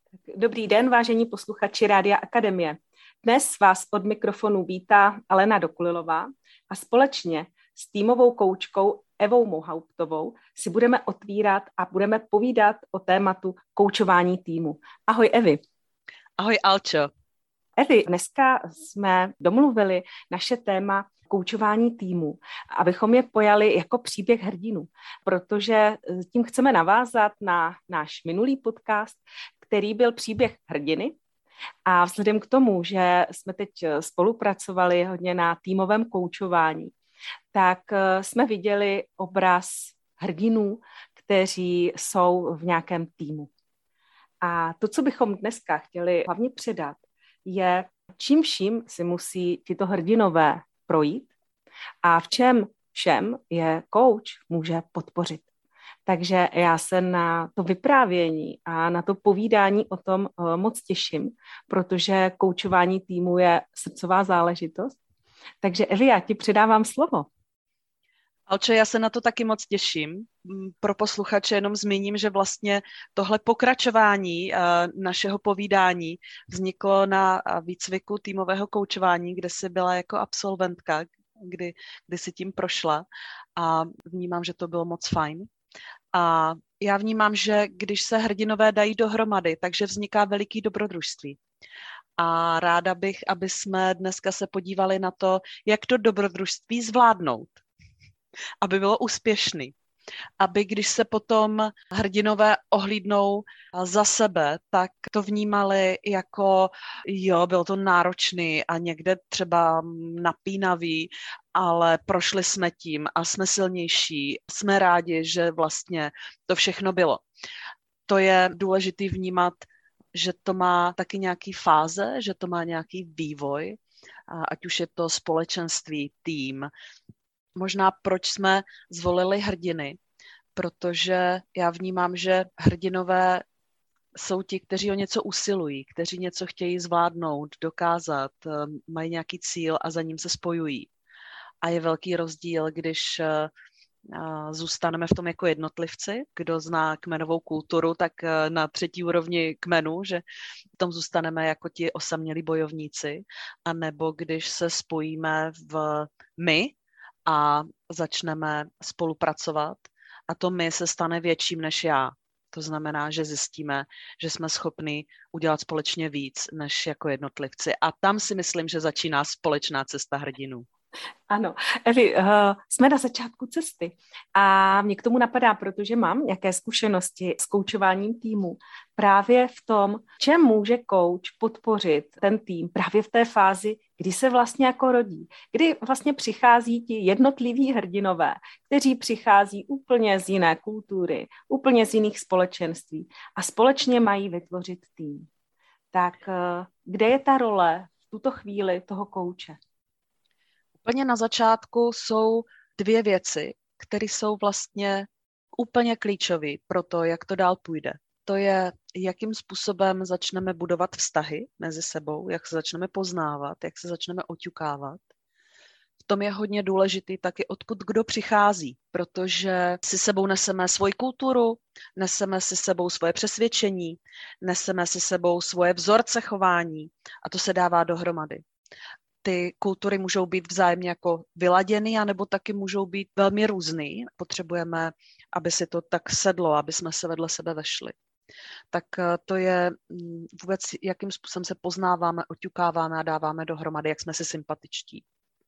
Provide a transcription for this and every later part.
Dobrý den, vážení posluchači Rádia Akademie. Dnes vás od mikrofonu vítá Alena Dokulilová a společně s týmovou koučkou Evou Mohauptovou si budeme otvírat a budeme povídat o tématu koučování týmu. Ahoj Evi. Ahoj Alčo. Evi, dneska jsme domluvili naše téma koučování týmu, abychom je pojali jako příběh hrdinů, protože tím chceme navázat na náš minulý podcast, který byl příběh hrdiny. A vzhledem k tomu, že jsme teď spolupracovali hodně na týmovém koučování, tak jsme viděli obraz hrdinů, kteří jsou v nějakém týmu. A to, co bychom dneska chtěli hlavně předat, je, čím vším si musí tyto hrdinové projít a v čem všem je coach může podpořit. Takže já se na to vyprávění a na to povídání o tom moc těším, protože koučování týmu je srdcová záležitost. Takže Evi, já ti předávám slovo. Alčo, já se na to taky moc těším. Pro posluchače jenom zmíním, že vlastně tohle pokračování našeho povídání vzniklo na výcviku týmového koučování, kde jsi byla jako absolventka, kdy jsi tím prošla a vnímám, že to bylo moc fajn. A já vnímám, že když se hrdinové dají dohromady, takže vzniká veliký dobrodružství. A ráda bych, aby jsme dneska se podívali na to, jak to dobrodružství zvládnout, aby bylo úspěšný. Aby když se potom hrdinové ohlídnou za sebe, tak to vnímali jako jo, bylo to náročný a někde třeba napínavý, ale prošli jsme tím a jsme silnější. Jsme rádi, že vlastně to všechno bylo. To je důležité vnímat, že to má taky nějaký fáze, že to má nějaký vývoj, ať už je to společenství, tým. Možná proč jsme zvolili hrdiny, protože já vnímám, že hrdinové jsou ti, kteří o něco usilují, kteří něco chtějí zvládnout, dokázat, mají nějaký cíl a za ním se spojují. A je velký rozdíl, když zůstaneme v tom jako jednotlivci. Kdo zná kmenovou kulturu, tak na třetí úrovni kmenu, že v tom zůstaneme jako ti osamělí bojovníci, anebo když se spojíme v my a začneme spolupracovat a to my se stane větším než já. To znamená, že zjistíme, že jsme schopni udělat společně víc než jako jednotlivci. A tam si myslím, že začíná společná cesta hrdinů. Ano, Evi, jsme na začátku cesty a mě k tomu napadá, protože mám nějaké zkušenosti s koučováním týmu právě v tom, čem může kouč podpořit ten tým právě v té fázi, kdy se vlastně jako rodí, kdy vlastně přichází ti jednotliví hrdinové, kteří přichází úplně z jiné kultury, úplně z jiných společenství a společně mají vytvořit tým. Tak kde je ta role v tuto chvíli toho kouče? Úplně na začátku jsou dvě věci, které jsou vlastně úplně klíčové pro to, jak to dál půjde. To je, jakým způsobem začneme budovat vztahy mezi sebou, jak se začneme poznávat, jak se začneme oťukávat. V tom je hodně důležitý taky, odkud kdo přichází, protože si sebou neseme svoji kulturu, neseme si sebou svoje přesvědčení, neseme si sebou svoje vzorce chování a to se dává dohromady. Ty kultury můžou být vzájemně jako vyladěny, anebo taky můžou být velmi různý. Potřebujeme, aby si to tak sedlo, aby jsme se vedle sebe vešli. Tak to je vůbec, jakým způsobem se poznáváme, oťukáváme a dáváme dohromady, jak jsme si sympatičtí.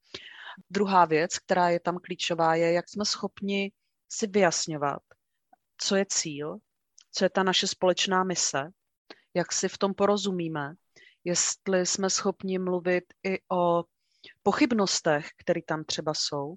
Druhá věc, která je tam klíčová, je, jak jsme schopni si vyjasňovat, co je cíl, co je ta naše společná mise, jak si v tom porozumíme, jestli jsme schopni mluvit i o pochybnostech, které tam třeba jsou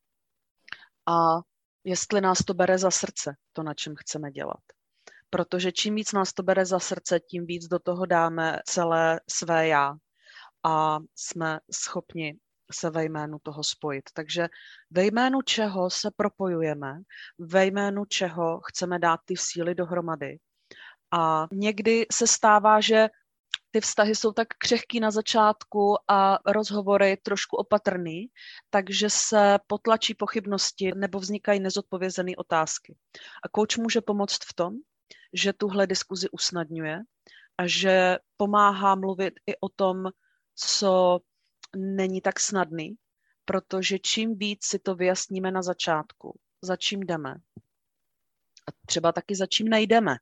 a jestli nás to bere za srdce, to, na čem chceme dělat. Protože čím víc nás to bere za srdce, tím víc do toho dáme celé své já a jsme schopni se ve jménu toho spojit. Takže ve jménu čeho se propojujeme, ve jménu čeho chceme dát ty síly dohromady. A někdy se stává, že ty vztahy jsou tak křehký na začátku a rozhovory trošku opatrný, takže se potlačí pochybnosti nebo vznikají nezodpovězené otázky. A coach může pomoct v tom, že tuhle diskuzi usnadňuje a že pomáhá mluvit i o tom, co není tak snadný, protože čím víc si to vyjasníme na začátku, za čím jdeme a třeba taky za čím nejdeme,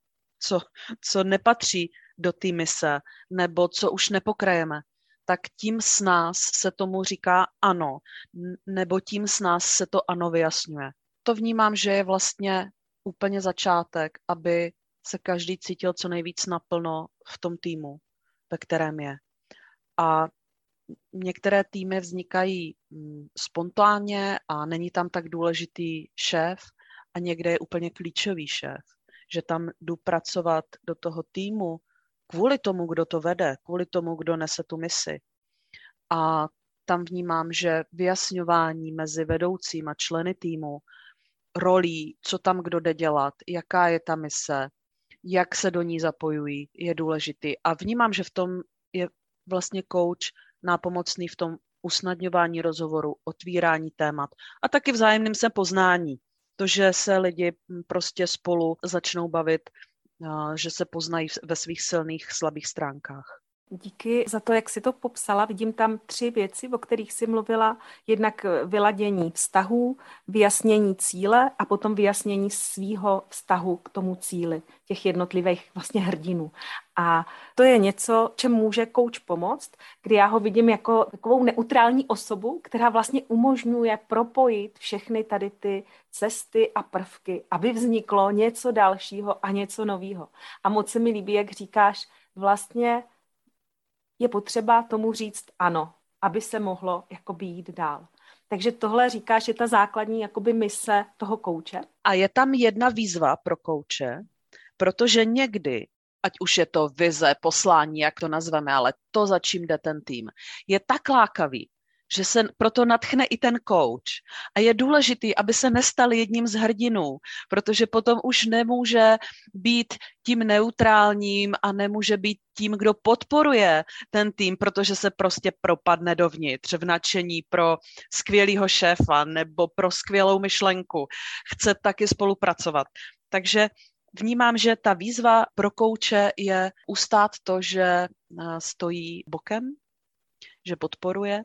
co nepatří do té mise, nebo co už nepokrajeme, tak tím s nás se tomu říká ano, nebo tím s nás se to ano vyjasňuje. To vnímám, že je vlastně úplně začátek, aby se každý cítil co nejvíc naplno v tom týmu, ve kterém je. A některé týmy vznikají spontánně a není tam tak důležitý šéf a někde je úplně klíčový šéf, že tam jdu pracovat do toho týmu kvůli tomu, kdo to vede, kvůli tomu, kdo nese tu misi. A tam vnímám, že vyjasňování mezi vedoucím a členy týmu, rolí, co tam kdo jde dělat, jaká je ta mise, jak se do ní zapojují, je důležitý. A vnímám, že v tom je vlastně coach nápomocný v tom usnadňování rozhovoru, otvírání témat a taky vzájemným se poznání. To, že se lidi prostě spolu začnou bavit, že se poznají ve svých silných, slabých stránkách. Díky za to, jak jsi to popsala. Vidím tam 3 věci, o kterých jsi mluvila. Jednak vyladění vztahů, vyjasnění cíle a potom vyjasnění svýho vztahu k tomu cíli, těch jednotlivých vlastně hrdinů. A to je něco, čem může coach pomoct, kdy já ho vidím jako takovou neutrální osobu, která vlastně umožňuje propojit všechny tady ty cesty a prvky, aby vzniklo něco dalšího a něco nového. A moc se mi líbí, jak říkáš, vlastně je potřeba tomu říct ano, aby se mohlo jakoby jít dál. Takže tohle říkáš, je ta základní jakoby mise toho kouče. A je tam jedna výzva pro kouče, protože někdy, ať už je to vize, poslání, jak to nazveme, ale to, za čím jde ten tým, je tak lákavý, že se proto nadchne i ten coach. A je důležitý, aby se nestal jedním z hrdinů, protože potom už nemůže být tím neutrálním a nemůže být tím, kdo podporuje ten tým, protože se prostě propadne dovnitř v nadšení pro skvělýho šéfa nebo pro skvělou myšlenku. Chce taky spolupracovat. Takže vnímám, že ta výzva pro kouče je ustát to, že stojí bokem, že podporuje,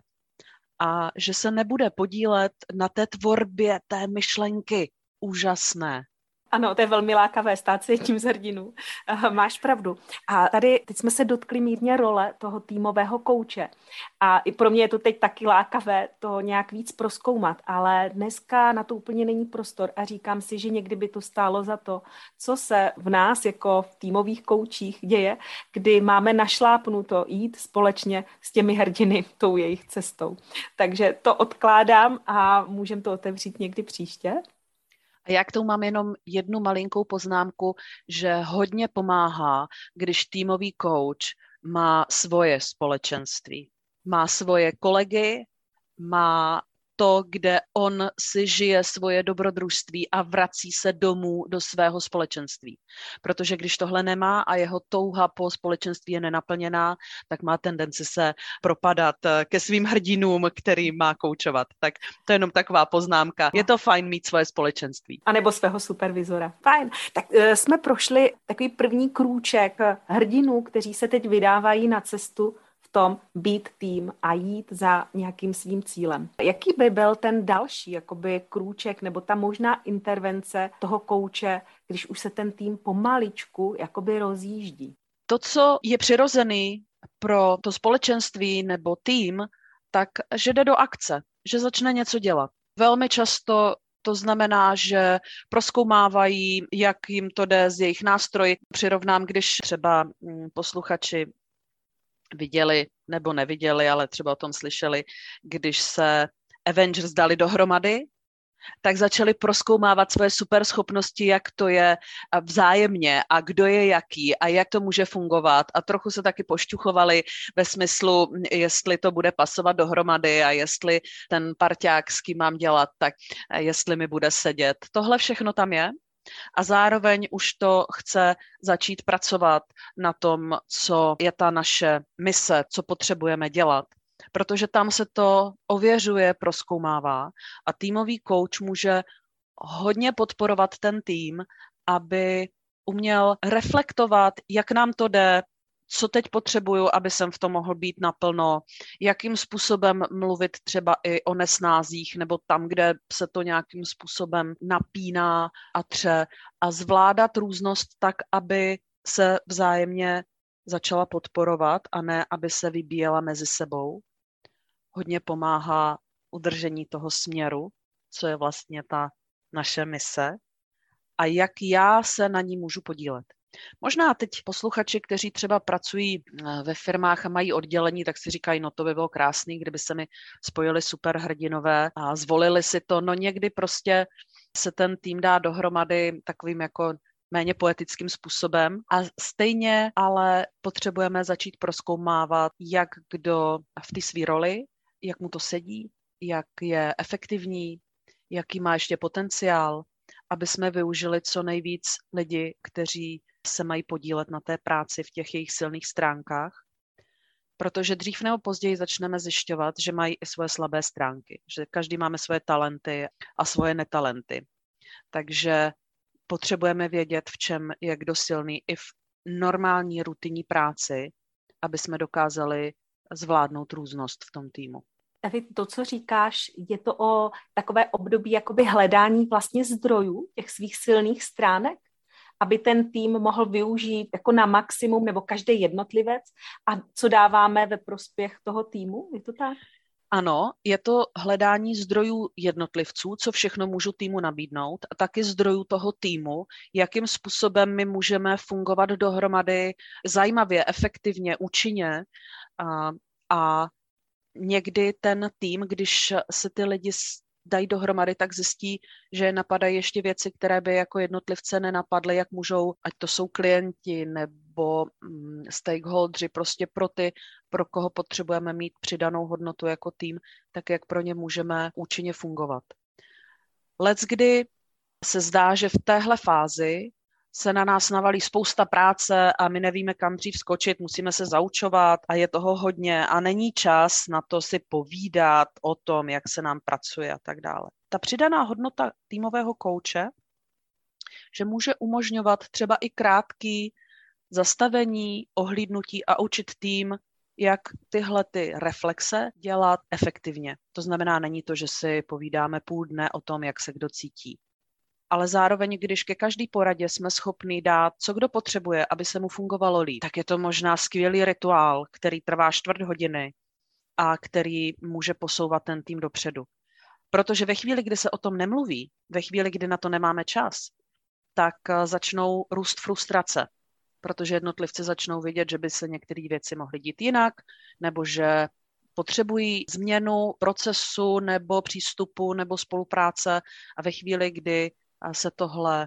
a že se nebude podílet na té tvorbě té myšlenky úžasné. Ano, to je velmi lákavé stát se jedním z hrdinů. Máš pravdu. A tady teď jsme se dotkli mírně role toho týmového kouče. A i pro mě je to teď taky lákavé to nějak víc prozkoumat, ale dneska na to úplně není prostor a říkám si, že někdy by to stálo za to, co se v nás jako v týmových koučích děje, kdy máme našlápnuto jít společně s těmi hrdiny tou jejich cestou. Takže to odkládám a můžeme to otevřít někdy příště. A já k tomu mám jenom jednu malinkou poznámku, že hodně pomáhá, když týmový coach má svoje společenství. Má svoje kolegy, má to, kde on si žije svoje dobrodružství a vrací se domů do svého společenství. Protože když tohle nemá a jeho touha po společenství je nenaplněná, tak má tendenci se propadat ke svým hrdinům, který má koučovat. Tak to je jenom taková poznámka. Je to fajn mít svoje společenství. A nebo svého supervizora. Fajn. Tak jsme prošli takový první krůček hrdinů, kteří se teď vydávají na cestu tom být tým a jít za nějakým svým cílem. Jaký by byl ten další jakoby krůček nebo ta možná intervence toho kouče, když už se ten tým pomaličku jakoby rozjíždí? To, co je přirozený pro to společenství nebo tým, tak že jde do akce, že začne něco dělat. Velmi často to znamená, že prozkoumávají, jak jim to jde z jejich nástroji. Přirovnám, když třeba posluchači viděli nebo neviděli, ale třeba o tom slyšeli, když se Avengers dali dohromady, tak začali prozkoumávat svoje superschopnosti, jak to je vzájemně a kdo je jaký a jak to může fungovat. A trochu se taky pošťuchovali ve smyslu, jestli to bude pasovat dohromady a jestli ten parťák, s kým mám dělat, tak jestli mi bude sedět. Tohle všechno tam je. A zároveň už to chce začít pracovat na tom, co je ta naše mise, co potřebujeme dělat. Protože tam se to ověřuje, prozkoumává a týmový coach může hodně podporovat ten tým, aby uměl reflektovat, jak nám to jde, co teď potřebuju, aby jsem v tom mohl být naplno, jakým způsobem mluvit třeba i o nesnázích nebo tam, kde se to nějakým způsobem napíná a tře a zvládat různost tak, aby se vzájemně začala podporovat a ne, aby se vybíjela mezi sebou. Hodně pomáhá udržení toho směru, co je vlastně ta naše mise a jak já se na ní můžu podílet. Možná teď posluchači, kteří třeba pracují ve firmách a mají oddělení, tak si říkají, no to by bylo krásný, kdyby se mi spojili superhrdinové a zvolili si to. No někdy prostě se ten tým dá dohromady takovým jako méně poetickým způsobem a stejně ale potřebujeme začít prozkoumávat, jak kdo v té své roli, jak mu to sedí, jak je efektivní, jaký má ještě potenciál, aby jsme využili co nejvíc lidi, kteří se mají podílet na té práci v těch jejich silných stránkách, protože dřív nebo později začneme zjišťovat, že mají i svoje slabé stránky, že každý máme svoje talenty a svoje netalenty. Takže potřebujeme vědět, v čem je kdo silný i v normální rutinní práci, aby jsme dokázali zvládnout různost v tom týmu. David, to, co říkáš, je to o takové období jakoby hledání vlastně zdrojů těch svých silných stránek, aby ten tým mohl využít jako na maximum, nebo každý jednotlivec, a co dáváme ve prospěch toho týmu, je to tak? Ano, je to hledání zdrojů jednotlivců, co všechno můžu týmu nabídnout, a taky zdrojů toho týmu, jakým způsobem my můžeme fungovat dohromady zajímavě, efektivně, účinně a někdy ten tým, když se ty lidi dají dohromady, tak zjistí, že napadají ještě věci, které by jako jednotlivce nenapadly, jak můžou, ať to jsou klienti nebo stakeholdři, prostě pro ty, pro koho potřebujeme mít přidanou hodnotu jako tým, tak jak pro ně můžeme účinně fungovat. Leckdy se zdá, že v téhle fázi se na nás navalí spousta práce a my nevíme, kam dřív skočit, musíme se zaučovat a je toho hodně a není čas na to si povídat o tom, jak se nám pracuje a tak dále. Ta přidaná hodnota týmového kouče, že může umožňovat třeba i krátký zastavení, ohlídnutí a učit tým, jak tyhle ty reflexe dělat efektivně. To znamená, není to, že si povídáme půl dne o tom, jak se kdo cítí. Ale zároveň, když ke každý poradě jsme schopni dát, co kdo potřebuje, aby se mu fungovalo líp, tak je to možná skvělý rituál, který trvá 4 hodiny a který může posouvat ten tým dopředu. Protože ve chvíli, kdy se o tom nemluví, ve chvíli, kdy na to nemáme čas, tak začnou růst frustrace, protože jednotlivci začnou vidět, že by se některé věci mohly dít jinak, nebo že potřebují změnu procesu nebo přístupu nebo spolupráce a ve chvíli, kdy se tohle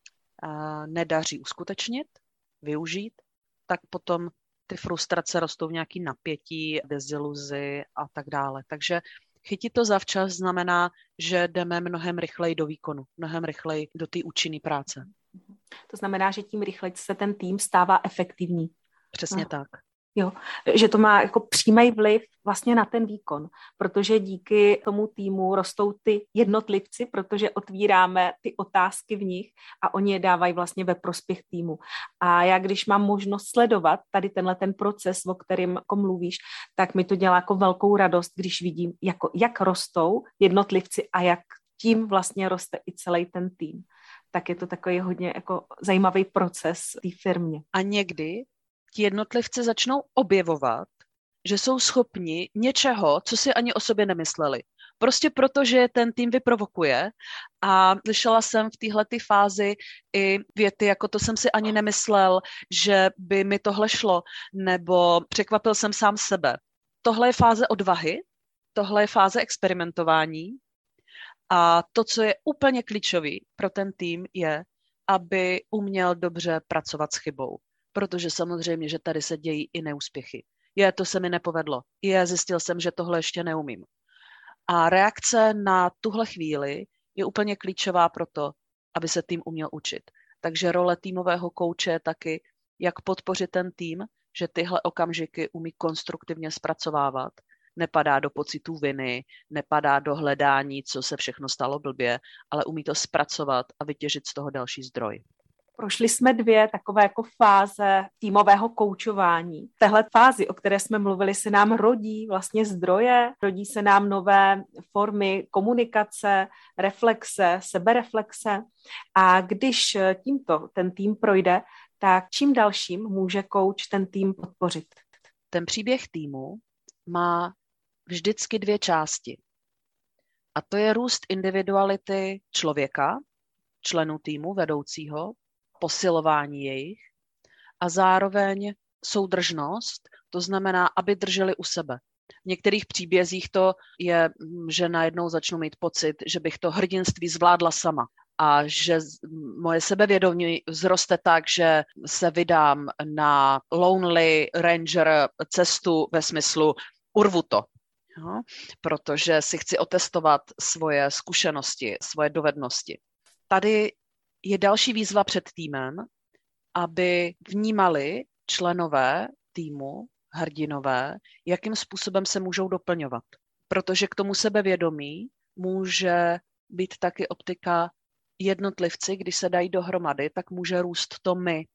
nedaří uskutečnit, využít, tak potom ty frustrace rostou v nějaký napětí, deziluzi a tak dále. Takže chytit to zavčas znamená, že jdeme mnohem rychleji do výkonu, mnohem rychleji do té účinné práce. To znamená, že tím rychleji se ten tým stává efektivní. Přesně tak. Jo, že to má jako přímý vliv vlastně na ten výkon, protože díky tomu týmu rostou ty jednotlivci, protože otvíráme ty otázky v nich a oni je dávají vlastně ve prospěch týmu. A já, když mám možnost sledovat tady tenhle ten proces, o kterém jako mluvíš, tak mi to dělá jako velkou radost, když vidím, jak rostou jednotlivci a jak tím vlastně roste i celý ten tým. Tak je to takový hodně jako zajímavý proces v té firmě. A někdy ti jednotlivci začnou objevovat, že jsou schopni něčeho, co si ani o sobě nemysleli. Prostě proto, že ten tým vyprovokuje a slyšela jsem v téhleté fázi i věty, jako to jsem si ani nemyslel, že by mi tohle šlo, nebo překvapil jsem sám sebe. Tohle je fáze odvahy, tohle je fáze experimentování a to, co je úplně klíčový pro ten tým, je, aby uměl dobře pracovat s chybou. Protože samozřejmě, že tady se dějí i neúspěchy. To se mi nepovedlo. Zjistil jsem, že tohle ještě neumím. A reakce na tuhle chvíli je úplně klíčová pro to, aby se tým uměl učit. Takže role týmového kouče je taky, jak podpořit ten tým, že tyhle okamžiky umí konstruktivně zpracovávat. Nepadá do pocitů viny, nepadá do hledání, co se všechno stalo blbě, ale umí to zpracovat a vytěžit z toho další zdroj. Prošli jsme 2 takové jako fáze týmového koučování. V téhle fázi, o které jsme mluvili, se nám rodí vlastně zdroje, rodí se nám nové formy komunikace, reflexe, sebereflexe. A když tímto ten tým projde, tak čím dalším může kouč ten tým podpořit? Ten příběh týmu má vždycky 2 části. A to je růst individuality člověka, členů týmu, vedoucího, posilování jejich a zároveň soudržnost, to znamená, aby drželi u sebe. V některých příbězích to je, že najednou začnu mít pocit, že bych to hrdinství zvládla sama a že moje sebevědomí vzroste tak, že se vydám na Lonely Ranger cestu ve smyslu urvu to. Jo? Protože si chci otestovat svoje zkušenosti, svoje dovednosti. Tady je další výzva před týmem, aby vnímali členové týmu, hrdinové, jakým způsobem se můžou doplňovat. Protože k tomu sebevědomí může být taky optika jednotlivci, když se dají dohromady, tak může růst to my.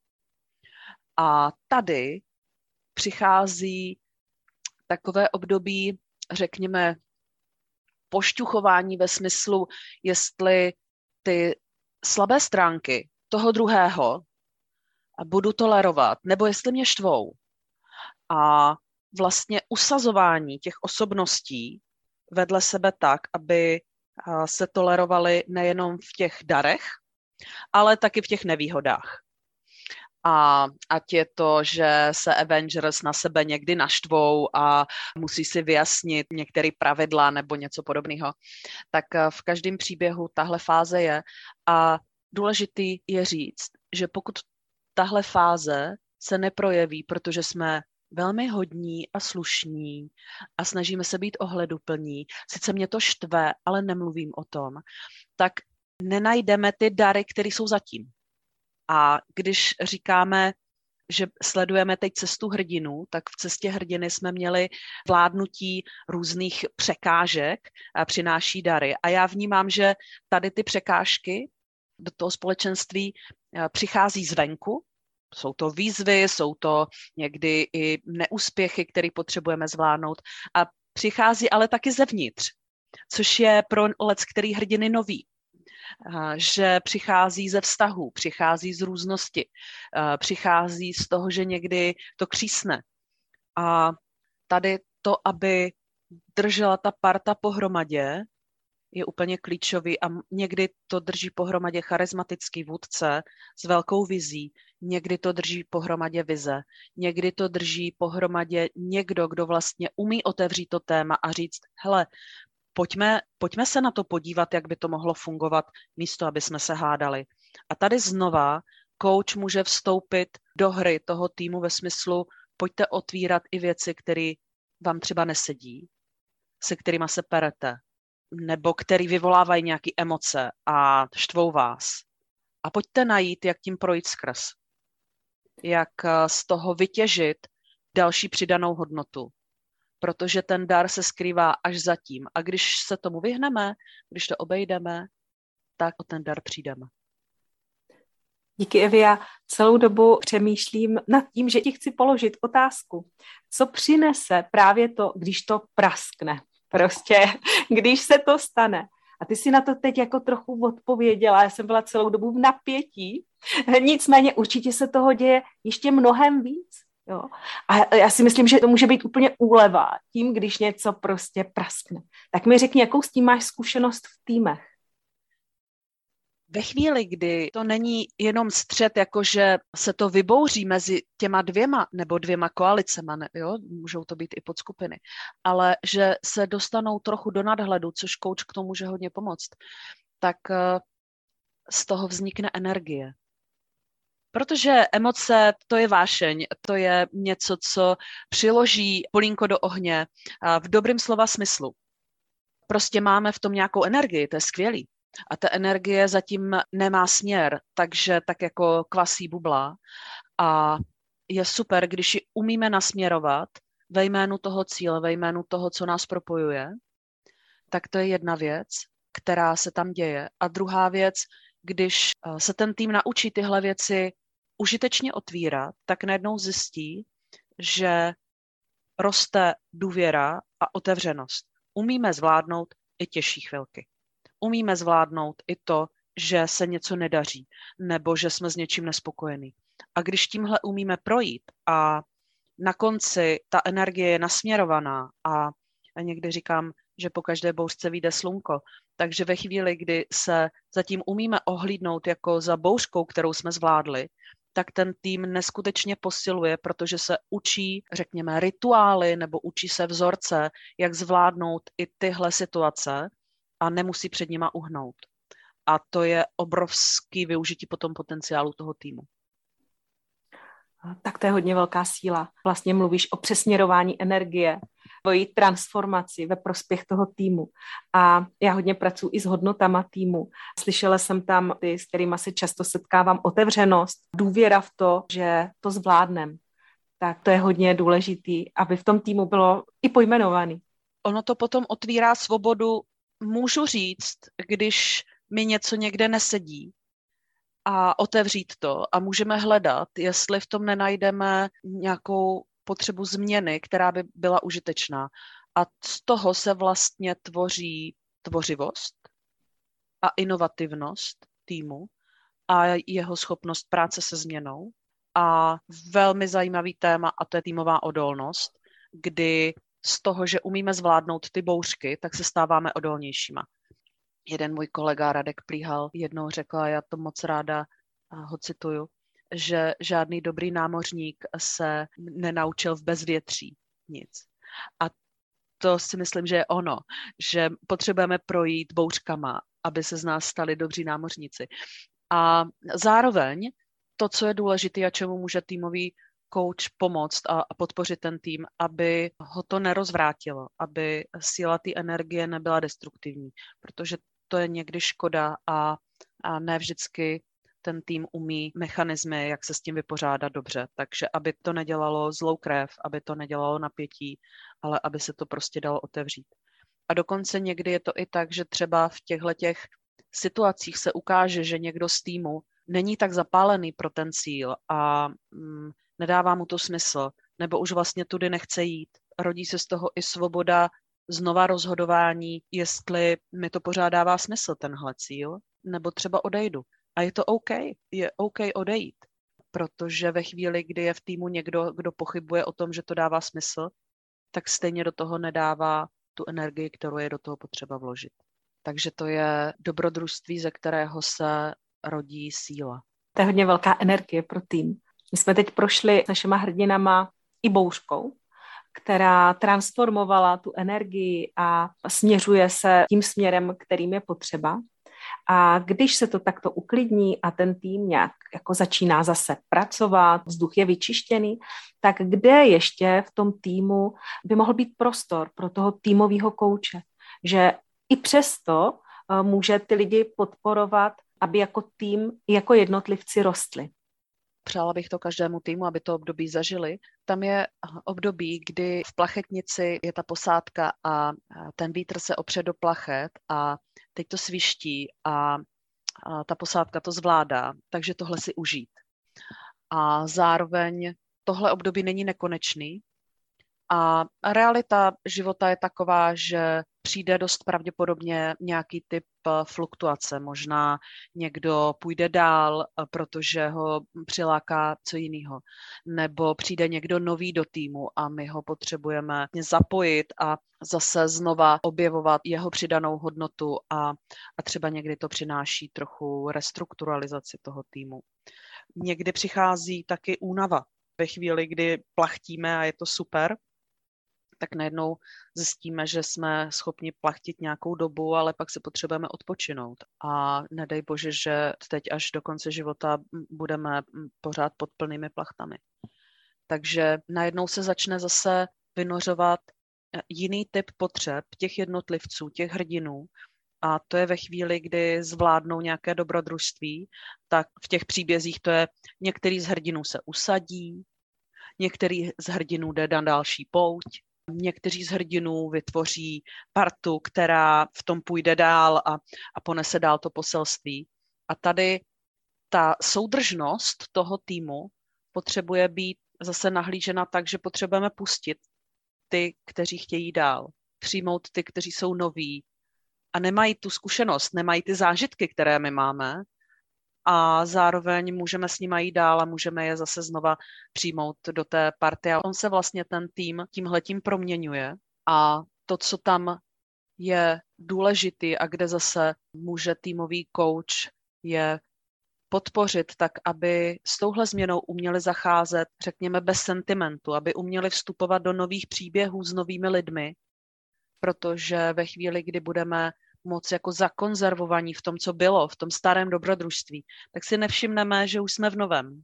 A tady přichází takové období, řekněme, pošťuchování ve smyslu, jestli ty slabé stránky toho druhého budu tolerovat, nebo jestli mě štvou. A vlastně usazování těch osobností vedle sebe tak, aby se tolerovali nejenom v těch darech, ale taky v těch nevýhodách. A ať je to, že se Avengers na sebe někdy naštvou a musí si vyjasnit některé pravidla nebo něco podobného, tak v každém příběhu tahle fáze je. A důležitý je říct, že pokud tahle fáze se neprojeví, protože jsme velmi hodní a slušní a snažíme se být ohleduplní, sice mě to štve, ale nemluvím o tom, tak nenajdeme ty dary, které jsou zatím. A když říkáme, že sledujeme teď cestu hrdinů, tak v cestě hrdiny jsme měli vládnutí různých překážek a přináší dary. A já vnímám, že tady ty překážky do toho společenství přichází zvenku. Jsou to výzvy, jsou to někdy i neúspěchy, které potřebujeme zvládnout. A přichází ale taky zevnitř, což je pro leckterý hrdiny nový. Že přichází ze vztahu, přichází z různosti, přichází z toho, že někdy to křísne. A tady to, aby držela ta parta pohromadě, je úplně klíčový a někdy to drží pohromadě charismatický vůdce s velkou vizí, někdy to drží pohromadě vize, někdy to drží pohromadě někdo, kdo vlastně umí otevřít to téma a říct, hele, pojďme se na to podívat, jak by to mohlo fungovat, místo, aby jsme se hádali. A tady znova coach může vstoupit do hry toho týmu ve smyslu, pojďte otvírat i věci, které vám třeba nesedí, se kterými se perete, nebo který vyvolávají nějaké emoce a štvou vás. A pojďte najít, jak tím projít skrz. Jak z toho vytěžit další přidanou hodnotu. Protože ten dar se skrývá až zatím. A když se tomu vyhneme, když to obejdeme, tak o ten dar přijdeme. Díky, Evi. Já celou dobu přemýšlím nad tím, že ti chci položit otázku. Co přinese právě to, když to praskne? Prostě, když se to stane. A ty si na to teď jako trochu odpověděla. Já jsem byla celou dobu v napětí. Nicméně určitě se toho děje ještě mnohem víc. Jo? A já si myslím, že to může být úplně úleva tím, když něco prostě praskne. Tak mi řekni, jakou s tím máš zkušenost v týmech? Ve chvíli, kdy to není jenom střet, jakože se to vybouří mezi těma dvěma koalicema, jo? Můžou to být i podskupiny, ale že se dostanou trochu do nadhledu, což coach k tomu může hodně pomoct, tak z toho vznikne energie. Protože emoce, to je vášeň, to je něco, co přiloží polínko do ohně v dobrém slova smyslu. Prostě máme v tom nějakou energii, to je skvělý. A ta energie zatím nemá směr, takže tak jako kvasí bubla. A je super, když ji umíme nasměrovat ve jménu toho cíle, ve jménu toho, co nás propojuje, tak to je jedna věc, která se tam děje. A druhá věc když se ten tým naučí tyhle věci užitečně otvírat, tak najednou zjistí, že roste důvěra a otevřenost. Umíme zvládnout i těžší chvilky. Umíme zvládnout i to, že se něco nedaří, nebo že jsme s něčím nespokojení. A když tímhle umíme projít a na konci ta energie je nasměrovaná a někdy říkám, že po každé bouřce vyjde slunko, takže ve chvíli, kdy se zatím umíme ohlídnout jako za bouřkou, kterou jsme zvládli, tak ten tým neskutečně posiluje, protože se učí, řekněme, rituály nebo učí se vzorce, jak zvládnout i tyhle situace a nemusí před nima uhnout. A to je obrovský využití potom potenciálu toho týmu. Tak to je hodně velká síla. Vlastně mluvíš o přesměrování energie, o její transformaci ve prospěch toho týmu. A já hodně pracuji i s hodnotama týmu. Slyšela jsem tam ty, s kterými se často setkávám, otevřenost, důvěra v to, že to zvládnem. Tak to je hodně důležitý, aby v tom týmu bylo i pojmenovaný. Ono to potom otvírá svobodu, můžu říct, když mi něco někde nesedí, a otevřít to a můžeme hledat, jestli v tom nenajdeme nějakou potřebu změny, která by byla užitečná. A z toho se vlastně tvoří tvořivost a inovativnost týmu a jeho schopnost práce se změnou. A velmi zajímavý téma, a to je týmová odolnost, kdy z toho, že umíme zvládnout ty bouřky, tak se stáváme odolnějšíma. Jeden můj kolega Radek Plíhal jednou řekl, a já to moc ráda ho cituju, že žádný dobrý námořník se nenaučil v bezvětří nic. A to si myslím, že je ono, že potřebujeme projít bouřkama, aby se z nás stali dobří námořníci. A zároveň to, co je důležité a čemu může týmový coach pomoct a podpořit ten tým, aby ho to nerozvrátilo, aby síla té energie nebyla destruktivní, protože to je někdy škoda a ne vždycky ten tým umí mechanismy, jak se s tím vypořádat dobře. Takže aby to nedělalo zlou krev, aby to nedělalo napětí, ale aby se to prostě dalo otevřít. A dokonce někdy je to i tak, že třeba v těchto situacích se ukáže, že někdo z týmu není tak zapálený pro ten cíl a nedává mu to smysl, nebo už vlastně tudy nechce jít. Rodí se z toho i svoboda znova rozhodování, jestli mi to pořád dává smysl tenhle cíl, nebo třeba odejdu. A je to OK, je OK odejít, protože ve chvíli, kdy je v týmu někdo, kdo pochybuje o tom, že to dává smysl, tak stejně do toho nedává tu energii, kterou je do toho potřeba vložit. Takže to je dobrodružství, ze kterého se rodí síla. To je hodně velká energie pro tým. My jsme teď prošli s našima hrdinama i bouřkou, která transformovala tu energii a směřuje se tím směrem, kterým je potřeba. A když se to takto uklidní a ten tým nějak jako začíná zase pracovat, vzduch je vyčištěný, tak kde ještě v tom týmu by mohl být prostor pro toho týmového kouče? Že i přesto může ty lidi podporovat, aby jako tým, jako jednotlivci rostli. Přála bych to každému týmu, aby to období zažili. Tam je období, kdy v plachetnici je ta posádka a ten vítr se opře do plachet a teď to sviští a ta posádka to zvládá, takže tohle si užít. A zároveň tohle období není nekonečný a realita života je taková, že přijde dost pravděpodobně nějaký typ fluktuace. Možná někdo půjde dál, protože ho přiláká co jiného. Nebo přijde někdo nový do týmu a my ho potřebujeme zapojit a zase znova objevovat jeho přidanou hodnotu a třeba někdy to přináší trochu restrukturalizaci toho týmu. Někdy přichází taky únava. Ve chvíli, kdy plachtíme a je to super, tak najednou zjistíme, že jsme schopni plachtit nějakou dobu, ale pak se potřebujeme odpočinout. A nedej bože, že teď až do konce života budeme pořád pod plnými plachtami. Takže najednou se začne zase vynořovat jiný typ potřeb těch jednotlivců, těch hrdinů. A to je ve chvíli, kdy zvládnou nějaké dobrodružství, tak v těch příbězích to je, některý z hrdinů se usadí, některý z hrdinů jde na další pouť, někteří z hrdinů vytvoří partu, která v tom půjde dál a ponese dál to poselství. A tady ta soudržnost toho týmu potřebuje být zase nahlížena tak, že potřebujeme pustit ty, kteří chtějí dál, přijmout ty, kteří jsou noví a nemají tu zkušenost, nemají ty zážitky, které my máme, a zároveň můžeme s nimi jít dál a můžeme je zase znova přijmout do té party. A on se vlastně ten tým tímhletím proměňuje a to, co tam je důležitý a kde zase může týmový coach je podpořit tak, aby s touhle změnou uměli zacházet, řekněme, bez sentimentu, aby uměli vstupovat do nových příběhů s novými lidmi, protože ve chvíli, kdy budeme moc jako zakonzervovaní v tom, co bylo, v tom starém dobrodružství, tak si nevšimneme, že už jsme v novém.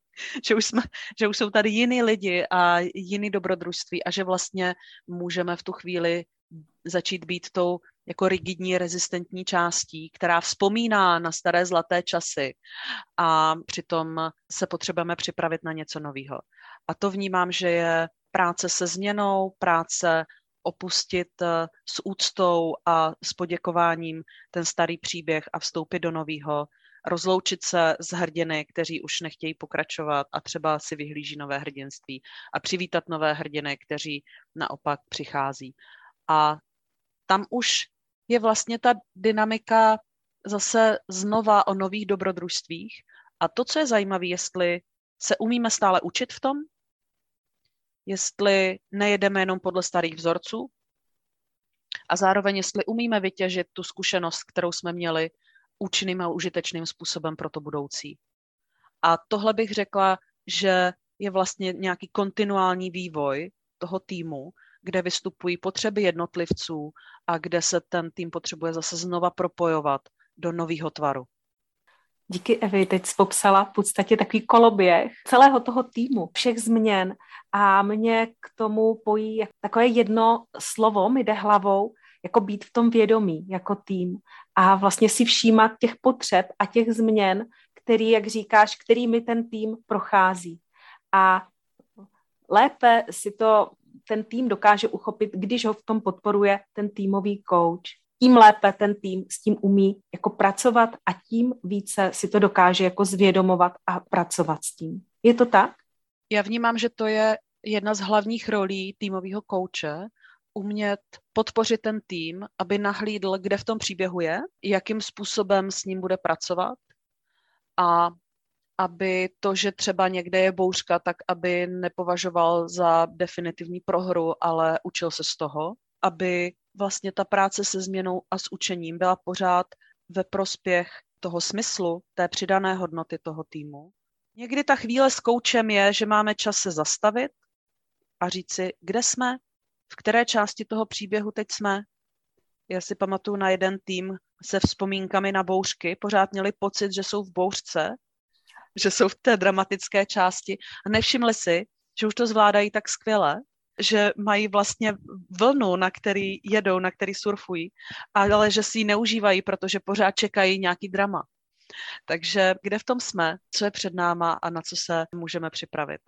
že už jsou tady jiní lidi a jiný dobrodružství a že vlastně můžeme v tu chvíli začít být tou jako rigidní, rezistentní částí, která vzpomíná na staré zlaté časy a přitom se potřebujeme připravit na něco nového. A to vnímám, že je práce se změnou, práce opustit s úctou a s poděkováním ten starý příběh a vstoupit do nového, rozloučit se s hrdiny, kteří už nechtějí pokračovat a třeba si vyhlíží nové hrdinství a přivítat nové hrdiny, kteří naopak přichází. A tam už je vlastně ta dynamika zase znova o nových dobrodružstvích. A to, co je zajímavé, jestli se umíme stále učit v tom, jestli nejedeme jenom podle starých vzorců a zároveň jestli umíme vytěžit tu zkušenost, kterou jsme měli účinným a užitečným způsobem pro to budoucí. A tohle bych řekla, že je vlastně nějaký kontinuální vývoj toho týmu, kde vystupují potřeby jednotlivců a kde se ten tým potřebuje zase znova propojovat do nového tvaru. Díky, Evi, teď jsi popsala v podstatě takový koloběh celého toho týmu, všech změn a mě k tomu pojí takové jedno slovo, mi jde hlavou, jako být v tom vědomí jako tým a vlastně si všímat těch potřeb a těch změn, který, jak říkáš, kterými ten tým prochází. A lépe si to ten tým dokáže uchopit, když ho v tom podporuje ten týmový coach. Tím lépe ten tým s tím umí jako pracovat a tím více si to dokáže jako zvědomovat a pracovat s tím. Je to tak? Já vnímám, že to je jedna z hlavních rolí týmového kouče, umět podpořit ten tým, aby nahlídl, kde v tom příběhu je, jakým způsobem s ním bude pracovat a aby to, že třeba někde je bouřka, tak aby nepovažoval za definitivní prohru, ale učil se z toho, aby vlastně ta práce se změnou a s učením byla pořád ve prospěch toho smyslu, té přidané hodnoty toho týmu. Někdy ta chvíle s koučem je, že máme čas se zastavit a říct si, kde jsme, v které části toho příběhu teď jsme. Já si pamatuju na jeden tým se vzpomínkami na bouřky, pořád měli pocit, že jsou v bouřce, že jsou v té dramatické části a nevšimli si, že už to zvládají tak skvěle, že mají vlastně vlnu, na který jedou, na který surfují, ale že si ji neužívají, protože pořád čekají nějaký drama. Takže kde v tom jsme, co je před náma a na co se můžeme připravit.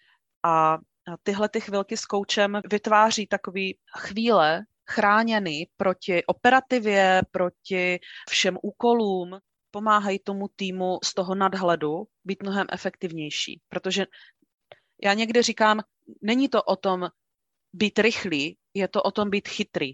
A tyhle ty chvilky s koučem vytváří takový chvíle chráněný proti operativě, proti všem úkolům, pomáhají tomu týmu z toho nadhledu být mnohem efektivnější. Protože já někdy říkám, není to o tom být rychlý, je to o tom být chytrý.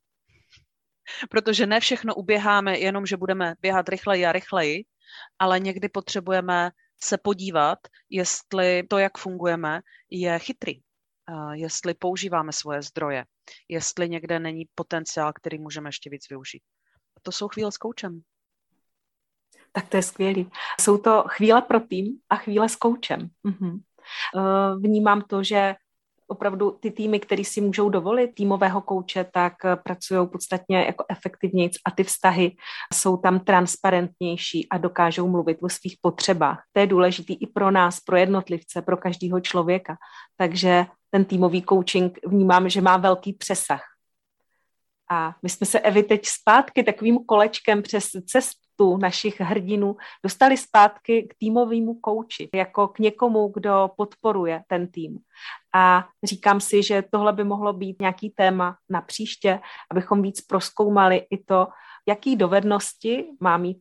Protože ne všechno uběháme jenom, že budeme běhat rychleji a rychleji, ale někdy potřebujeme se podívat, jestli to, jak fungujeme, je chytrý. Jestli používáme svoje zdroje, jestli někde není potenciál, který můžeme ještě víc využít. To jsou chvíle s koučem. Tak to je skvělý. Jsou to chvíle pro tým a chvíle s koučem. Vnímám to, že opravdu ty týmy, které si můžou dovolit týmového kouče, tak pracují podstatně jako efektivněji a ty vztahy jsou tam transparentnější a dokážou mluvit o svých potřebách. To je důležitý i pro nás, pro jednotlivce, pro každého člověka. Takže ten týmový coaching vnímám, že má velký přesah. A my jsme se, Evi, teď zpátky takovým kolečkem přes cestu našich hrdinů dostali zpátky k týmovému kouči, jako k někomu, kdo podporuje ten tým. A říkám si, že tohle by mohlo být nějaký téma na příště, abychom víc prozkoumali i to, jaký dovednosti má mít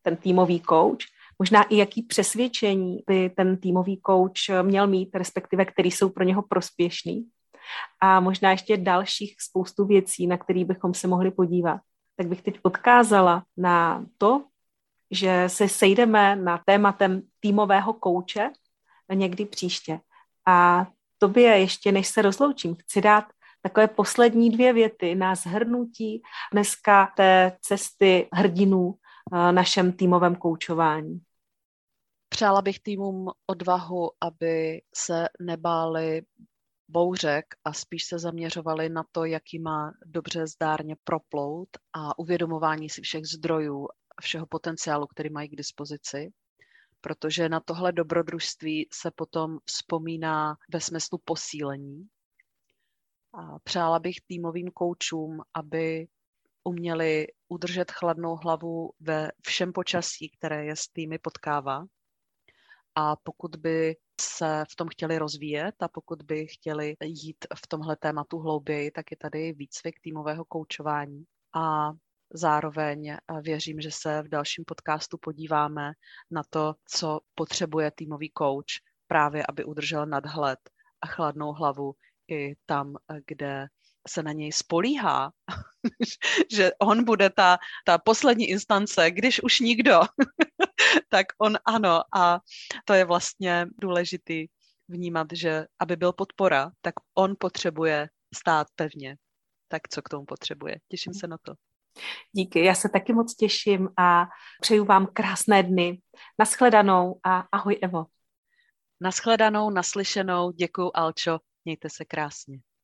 ten týmový kouč, možná i jaký přesvědčení by ten týmový kouč měl mít, respektive který jsou pro něho prospěšný. A možná ještě dalších spoustu věcí, na které bychom se mohli podívat. Tak bych teď odkázala na to, že se sejdeme na tématem týmového kouče někdy příště. A tobě ještě, než se rozloučím, chci dát takové poslední 2 věty na shrnutí dneska té cesty hrdinů našem týmovém koučování. Přála bych týmům odvahu, aby se nebáli bouřek a spíš se zaměřovali na to, jaký má dobře zdárně proplout a uvědomování si všech zdrojů, všeho potenciálu, který mají k dispozici, protože na tohle dobrodružství se potom vzpomíná ve smyslu posílení. A přála bych týmovým koučům, aby uměli udržet chladnou hlavu ve všem počasí, které je s týmy potkává. A pokud by se v tom chtěli rozvíjet a pokud by chtěli jít v tomhle tématu hlouběji, tak je tady výcvik týmového koučování. A zároveň věřím, že se v dalším podcastu podíváme na to, co potřebuje týmový kouč právě, aby udržel nadhled a chladnou hlavu i tam, kde se na něj spolíhá, že on bude ta poslední instance, když už nikdo, tak on ano. A to je vlastně důležitý vnímat, že aby byl podpora, tak on potřebuje stát pevně. Tak co k tomu potřebuje? Těším se na to. Díky, já se taky moc těším a přeju vám krásné dny. Naschledanou a ahoj, Evo. Naschledanou, naslyšenou, děkuju, Alčo, mějte se krásně.